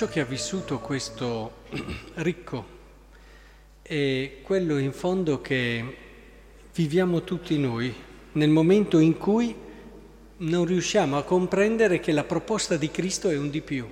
ciò che ha vissuto questo ricco è quello in fondo che viviamo tutti noi nel momento in cui non riusciamo a comprendere che la proposta di Cristo è un di più.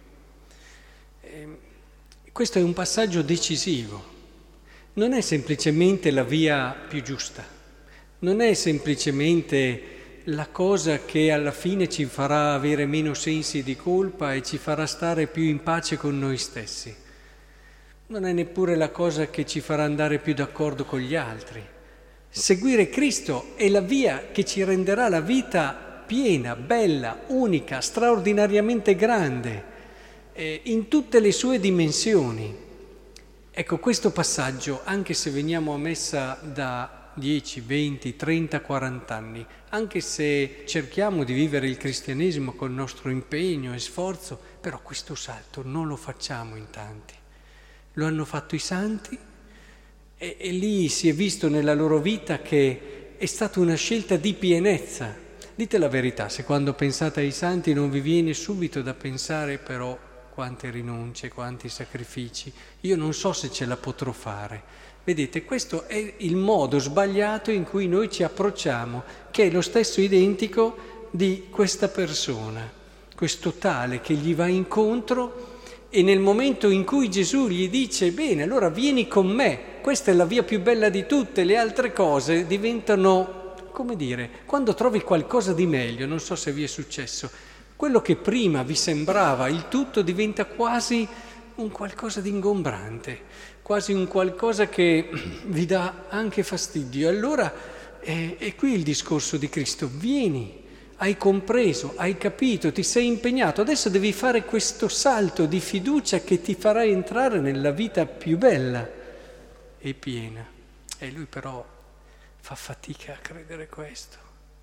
Questo è un passaggio decisivo. Non è semplicemente la via più giusta, non è semplicemente la cosa che alla fine ci farà avere meno sensi di colpa e ci farà stare più in pace con noi stessi. Non è neppure la cosa che ci farà andare più d'accordo con gli altri. Seguire Cristo è la via che ci renderà la vita piena, bella, unica, straordinariamente grande, in tutte le sue dimensioni. Ecco, questo passaggio, anche se veniamo a messa da 10, 20, 30, 40 anni, anche se cerchiamo di vivere il cristianesimo col nostro impegno e sforzo, però questo salto non lo facciamo in tanti. Lo hanno fatto i santi e lì si è visto nella loro vita che è stata una scelta di pienezza. Dite la verità, se quando pensate ai santi non vi viene subito da pensare però quante rinunce, quanti sacrifici, io non so se ce la potrò fare. Vedete, questo è il modo sbagliato in cui noi ci approcciamo, che è lo stesso identico di questa persona, questo tale che gli va incontro e nel momento in cui Gesù gli dice bene, allora vieni con me, questa è la via più bella di tutte, le altre cose diventano, come dire, quando trovi qualcosa di meglio, non so se vi è successo, quello che prima vi sembrava il tutto diventa quasi un qualcosa di ingombrante, quasi un qualcosa che vi dà anche fastidio. Allora è qui il discorso di Cristo, vieni, hai compreso, hai capito, ti sei impegnato, adesso devi fare questo salto di fiducia che ti farà entrare nella vita più bella e piena. E lui però fa fatica a credere questo.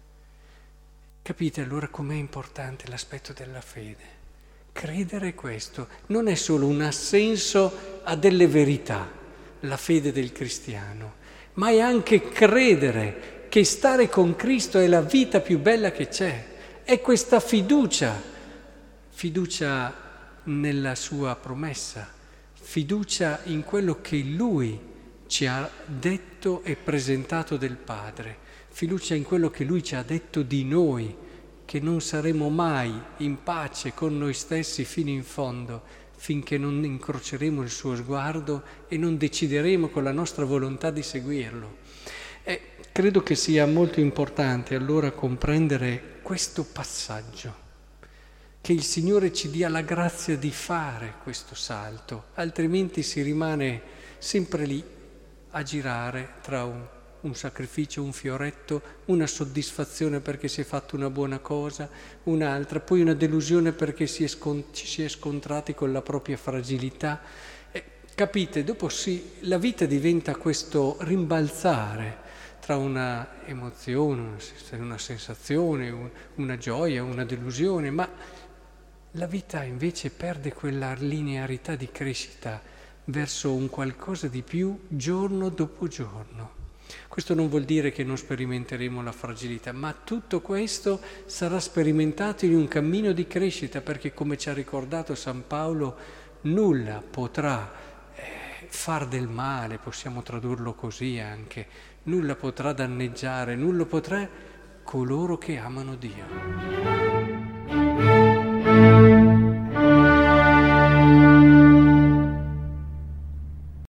Capite allora com'è importante l'aspetto della fede? Credere questo non è solo un assenso a delle verità, la fede del cristiano, ma è anche credere che stare con Cristo è la vita più bella che c'è. È questa fiducia nella sua promessa, fiducia in quello che Lui ci ha detto e presentato del Padre, fiducia in quello che Lui ci ha detto di noi, che non saremo mai in pace con noi stessi fino in fondo, finché non incroceremo il suo sguardo e non decideremo con la nostra volontà di seguirlo. Credo che sia molto importante allora comprendere questo passaggio, che il Signore ci dia la grazia di fare questo salto, altrimenti si rimane sempre lì a girare tra un sacrificio, un fioretto, una soddisfazione perché si è fatto una buona cosa, un'altra, poi una delusione perché ci si è scontrati con la propria fragilità. Capite, dopo la vita diventa questo rimbalzare tra una emozione, una sensazione, una gioia, una delusione, ma la vita invece perde quella linearità di crescita verso un qualcosa di più giorno dopo giorno. Questo non vuol dire che non sperimenteremo la fragilità, ma tutto questo sarà sperimentato in un cammino di crescita, perché come ci ha ricordato San Paolo, nulla potrà far del male, possiamo tradurlo così anche, nulla potrà danneggiare, nulla potrà coloro che amano Dio.